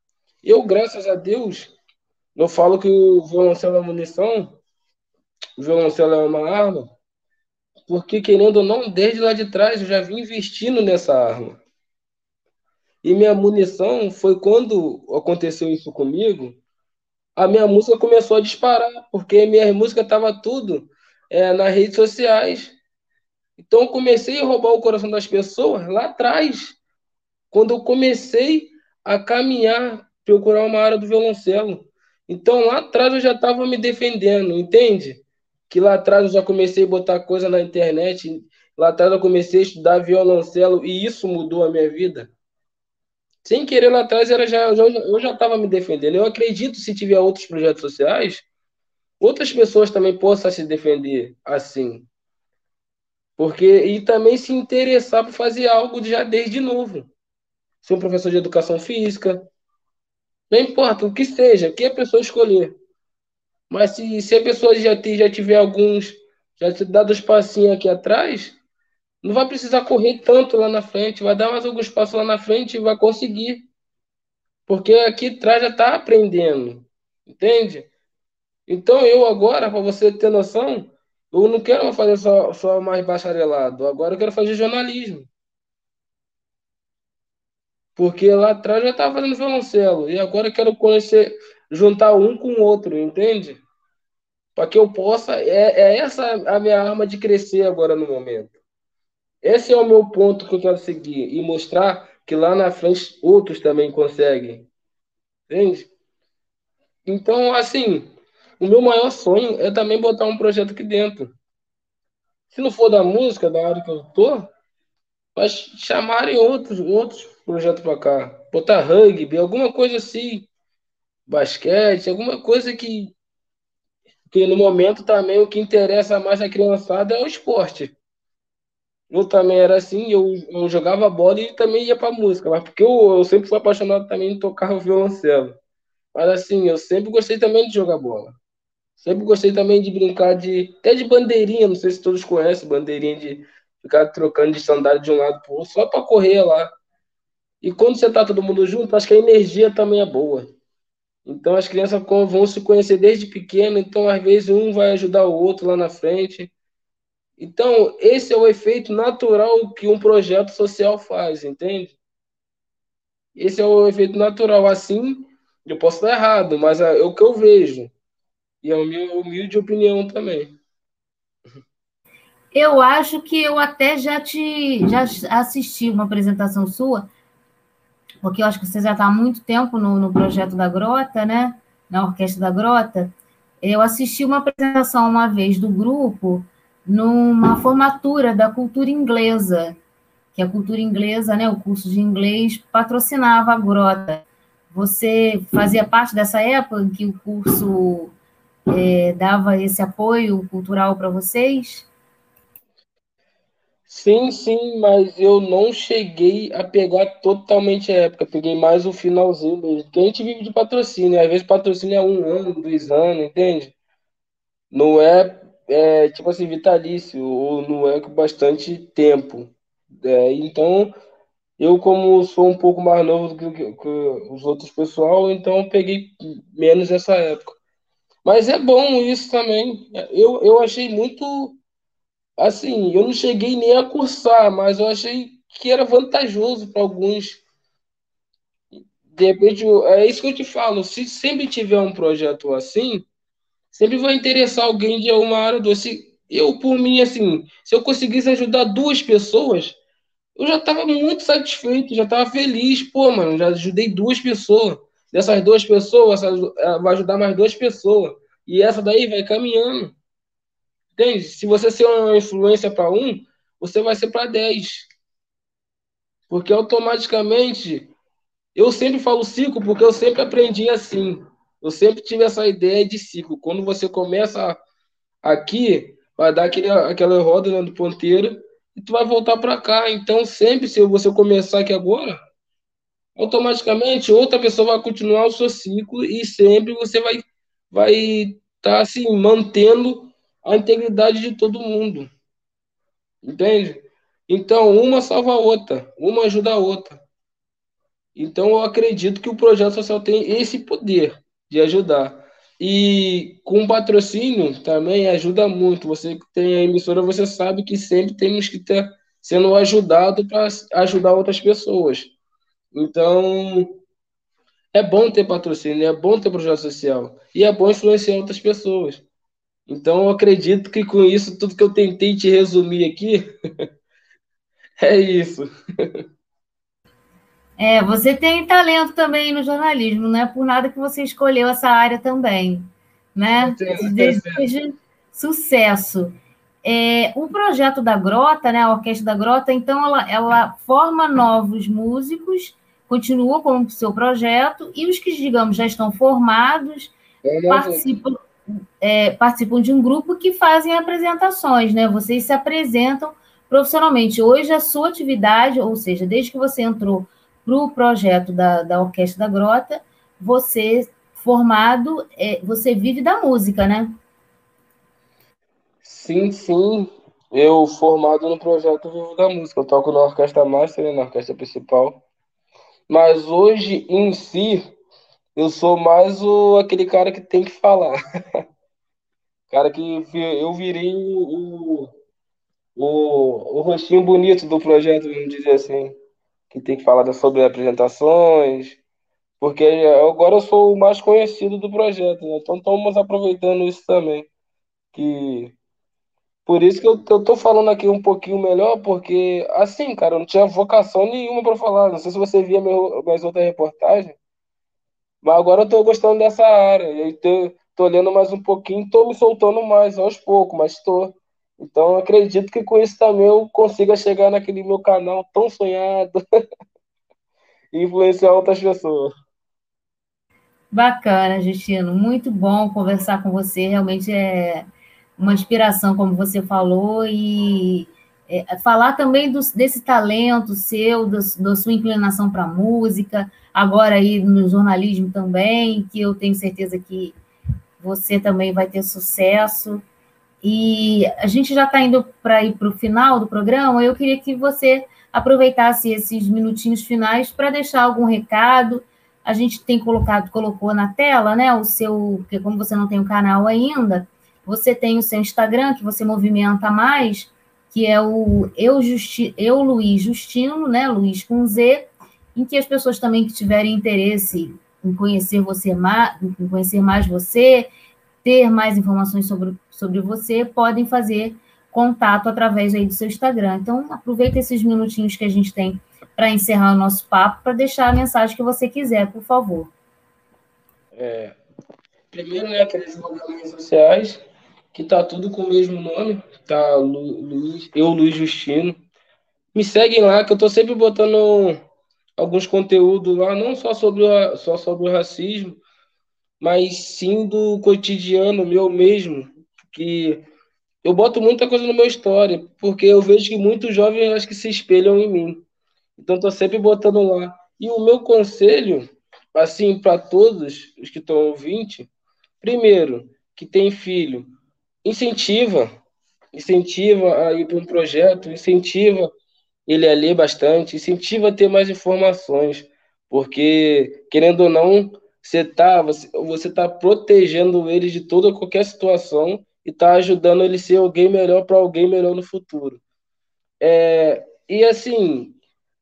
Eu, graças a Deus, eu falo que o violoncelo é munição, o violoncelo é uma arma, porque, querendo ou não, desde lá de trás eu já vim investindo nessa arma. E minha munição foi quando aconteceu isso comigo, a minha música começou a disparar, porque minha música estava tudo é, nas redes sociais. Então eu comecei a roubar o coração das pessoas lá atrás, quando eu comecei a caminhar, procurar uma área do violoncelo. Então lá atrás eu já estava me defendendo, entende? Que lá atrás eu já comecei a botar coisa na internet, lá atrás eu comecei a estudar violoncelo e isso mudou a minha vida. Sem querer lá atrás era já, eu já, eu já estava me defendendo. Eu acredito se tiver outros projetos sociais, outras pessoas também possam se defender assim. Porque, e também se interessar por fazer algo já desde novo. Ser um professor de educação física, não importa o que seja, o que a pessoa escolher. Mas se, se a pessoa já, te, já tiver alguns, já te dado os passinhos aqui atrás, não vai precisar correr tanto lá na frente, vai dar mais alguns passos lá na frente e vai conseguir. Porque aqui atrás já está aprendendo, entende? Então eu agora, para você ter noção, eu não quero mais fazer só, só mais bacharelado, agora eu quero fazer jornalismo. Porque lá atrás eu já estava fazendo violoncelo, e agora eu quero conhecer, juntar um com o outro, entende? Para que eu possa, é, é essa a minha arma de crescer agora no momento. Esse é o meu ponto que eu quero seguir, e mostrar que lá na frente outros também conseguem, entende? Então, assim, o meu maior sonho é também botar um projeto aqui dentro. Se não for da música, da área que eu tô, mas chamarem outros, outros projetos para cá. Botar rugby, alguma coisa assim, basquete, alguma coisa que, que no momento também o que interessa mais a criançada é o esporte. Eu também era assim, eu, eu jogava bola e também ia para música, mas porque eu, eu sempre fui apaixonado também em tocar o violoncelo. Mas assim, eu sempre gostei também de jogar bola. Sempre gostei também de brincar de. Até de bandeirinha, não sei se todos conhecem, bandeirinha de ficar trocando de sandália de um lado para o outro, só para correr lá. E quando você tá todo mundo junto, acho que a energia também é boa. Então as crianças vão se conhecer desde pequeno, então às vezes um vai ajudar o outro lá na frente. Então, esse é o efeito natural que um projeto social faz, entende? Esse é o efeito natural. Assim, eu posso estar errado, mas é o que eu vejo. E é a minha humilde opinião também. Eu acho que eu até já te já assisti uma apresentação sua, porque eu acho que você já está há muito tempo no, no projeto da Grota, né? Na Orquestra da Grota. Eu assisti uma apresentação uma vez do grupo numa formatura da cultura inglesa, que a cultura inglesa, né, o curso de inglês, patrocinava a Grota. Você fazia parte dessa época em que o curso é, dava esse apoio cultural para vocês? Sim, sim, mas eu não cheguei a pegar totalmente a época, peguei mais o finalzinho mesmo. Porque a gente vive de patrocínio, às vezes patrocínio é um ano, dois anos, entende? Não é, é tipo assim, vitalício, ou não é com bastante tempo. É, então, eu, como sou um pouco mais novo do que, que- que os outros pessoal, então eu peguei menos essa época. Mas é bom isso também. Eu, eu achei muito. Assim, eu não cheguei nem a cursar, mas eu achei que era vantajoso para alguns. De repente, eu- é isso que eu te falo. Se sempre tiver um projeto assim, sempre vai interessar alguém de uma área do. Se eu, por mim, assim, se eu conseguisse ajudar duas pessoas, eu já estava muito satisfeito, já estava feliz. Pô, mano, já ajudei duas pessoas. Dessas duas pessoas, essa, eh, vai ajudar mais duas pessoas. E essa daí vai caminhando. Entende? Se você ser uma influência para um, você vai ser para dez. Porque automaticamente, eu sempre falo ciclo, porque eu sempre aprendi assim. Eu sempre tive essa ideia de ciclo. Quando você começa aqui, vai dar aquele, aquela roda, né, do ponteiro e tu vai voltar para cá. Então, sempre, se você começar aqui agora, automaticamente outra pessoa vai continuar o seu ciclo e sempre você vai vai estar tá, assim, mantendo a integridade de todo mundo. Entende? Então, uma salva a outra, uma ajuda a outra. Então, eu acredito que o projeto social tem esse poder de ajudar. E com patrocínio também ajuda muito. Você que tem a emissora, você sabe que sempre temos que estar sendo ajudado para ajudar outras pessoas. Então, é bom ter patrocínio, é bom ter projeto social e é bom influenciar outras pessoas. Então, eu acredito que com isso, tudo que eu tentei te resumir aqui, é isso. É, você tem talento também no jornalismo, não é por nada que você escolheu essa área também, né? Te desejo sucesso. É, o projeto da Grota, né, a Orquestra da Grota, então ela, ela forma novos músicos, continua com o seu projeto, e os que, digamos, já estão formados participam, é, participam de um grupo que fazem apresentações, né? Vocês se apresentam profissionalmente. Hoje a sua atividade, ou seja, desde que você entrou para o projeto da, da Orquestra da Grota, você formado, é, você vive da música, né? Sim, sim. Eu formado no projeto Vivo da Música. Eu toco na orquestra master, né, na orquestra principal. Mas hoje, em si, eu sou mais o, aquele cara que tem que falar. Cara que vi- eu virei o, o, o rostinho bonito do projeto, vamos dizer assim. Que tem que falar sobre apresentações. Porque agora eu sou o mais conhecido do projeto, né? Então estamos aproveitando isso também. Que Por isso que eu, eu tô falando aqui um pouquinho melhor, porque, assim, cara, eu não tinha vocação nenhuma para falar. Não sei se você via meu, minhas outras reportagens, mas agora eu tô gostando dessa área. E aí tô, tô lendo mais um pouquinho, tô me soltando mais aos poucos, mas tô. Então, eu acredito que com isso também eu consiga chegar naquele meu canal tão sonhado e influenciar outras pessoas. Bacana, Justino. Muito bom conversar com você. Realmente é uma inspiração, como você falou, e é, falar também do, desse talento seu, do, da sua inclinação para a música, agora aí no jornalismo também, que eu tenho certeza que você também vai ter sucesso. E a gente já está indo para ir para o final do programa. Eu queria que você aproveitasse esses minutinhos finais para deixar algum recado. A gente tem colocado, colocou na tela, né? O seu, porque como você não tem o canal ainda, você tem o seu Instagram que você movimenta mais, que é o eu, Justi, eu Luiz Justino, né? Luiz com Z, em que as pessoas também que tiverem interesse em conhecer você mais, em conhecer mais você, ter mais informações sobre, sobre você, podem fazer contato através aí do seu Instagram. Então, aproveita esses minutinhos que a gente tem para encerrar o nosso papo, para deixar a mensagem que você quiser, por favor. É, primeiro, né, aqueles redes sociais, que tá tudo com o mesmo nome, tá Lu, Luiz, eu, Luiz Justino. Me seguem lá, que eu tô sempre botando alguns conteúdos lá, não só sobre o, só sobre o racismo, mas sim do cotidiano meu mesmo, que eu boto muita coisa no meu história, porque eu vejo que muitos jovens acho que se espelham em mim. Então tô sempre botando lá. E o meu conselho, assim, para todos os que estão ouvindo, primeiro, que tem filho, incentiva, incentiva a ir para um projeto, incentiva ele a ler bastante, incentiva a ter mais informações, porque, querendo ou não, você tá, você, você tá protegendo ele de toda qualquer situação e tá ajudando ele a ser alguém melhor para alguém melhor no futuro. É, e assim,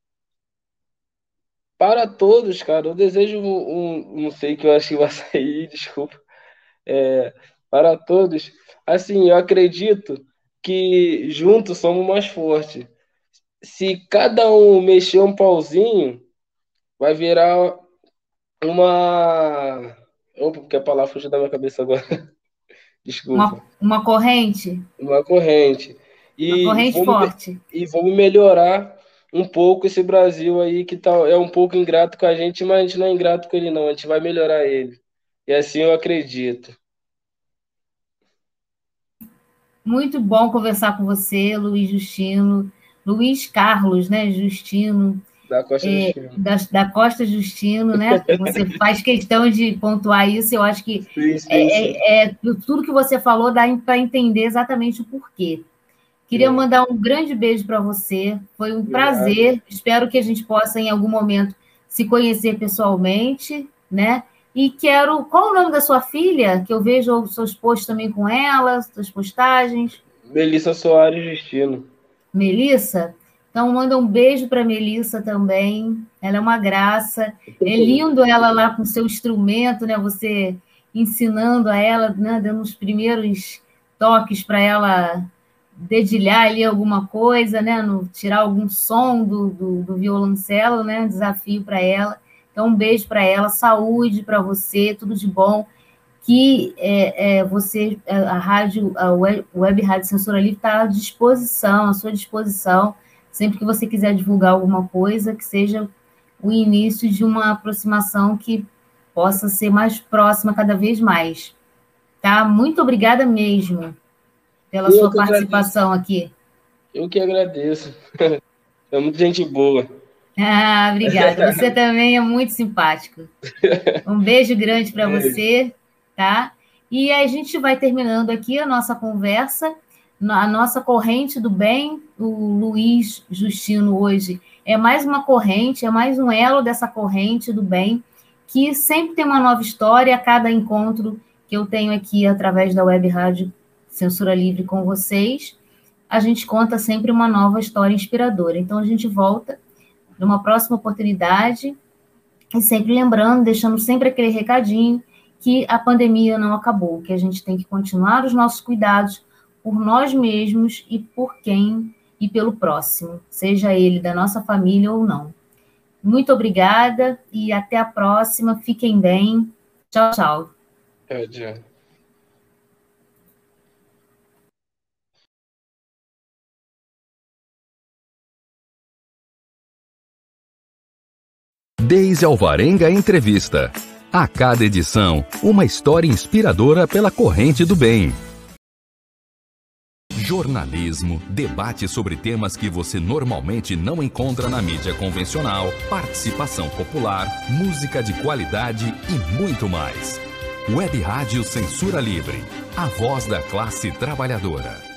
para todos, cara, eu desejo um, um não sei que eu acho que vai sair, desculpa. É, para todos, assim, eu acredito que juntos somos mais fortes. Se cada um mexer um pauzinho, vai virar uma. Opa, porque a palavra fugiu da minha cabeça agora. Desculpa. Uma, uma corrente? Uma corrente. Uma E corrente vamos, forte. e vamos melhorar um pouco esse Brasil aí que tá, é um pouco ingrato com a gente, mas a gente não é ingrato com ele, não. A gente vai melhorar ele. E assim eu acredito. Muito bom conversar com você, Luiz Justino. Luiz Carlos, né? Justino. Da Costa do É, Chile. da, da Costa Justino, né? Você faz questão de pontuar isso, eu acho que Sim, sim, sim. é, é, é tudo que você falou dá para entender exatamente o porquê. Queria É. mandar um grande beijo para você, foi um Obrigado. prazer, espero que a gente possa, em algum momento, se conhecer pessoalmente, né? E quero... Qual o nome da sua filha? Que eu vejo os seus posts também com ela, suas postagens. Melissa Soares Justino. Melissa? Então, manda um beijo para a Melissa também. Ela é uma graça. É lindo ela lá com o seu instrumento, né? Você ensinando a ela, né? Dando os primeiros toques para ela dedilhar ali alguma coisa, né? No, tirar algum som do, do, do violoncelo, né? Desafio para ela. Então, um beijo para ela. Saúde para você, tudo de bom. Que é, é, você, a rádio, a web, web Rádio Censura Livre está à disposição, à sua disposição. Sempre que você quiser divulgar alguma coisa, que seja o início de uma aproximação que possa ser mais próxima cada vez mais. Tá? Muito obrigada mesmo pela Eu sua que participação agradeço. aqui. Eu que agradeço. É muita gente boa. Ah, obrigada. Você também é muito simpático. Um beijo grande para você, tá? E a gente vai terminando aqui a nossa conversa. A nossa corrente do bem, o Luiz Justino hoje, é mais uma corrente, é mais um elo dessa corrente do bem, que sempre tem uma nova história a cada encontro que eu tenho aqui através da Web Rádio Censura Livre com vocês. A gente conta sempre uma nova história inspiradora. Então, a gente volta numa próxima oportunidade e sempre lembrando, deixando sempre aquele recadinho que a pandemia não acabou, que a gente tem que continuar os nossos cuidados por nós mesmos e por quem e pelo próximo, seja ele da nossa família ou não. Muito obrigada e até a próxima. Fiquem bem. Tchau, tchau. Tchau, tchau. Deise Alvarenga Entrevista. A cada edição, uma história inspiradora pela corrente do bem. Jornalismo, debate sobre temas que você normalmente não encontra na mídia convencional, participação popular, música de qualidade e muito mais. Web Rádio Censura Livre, a voz da classe trabalhadora.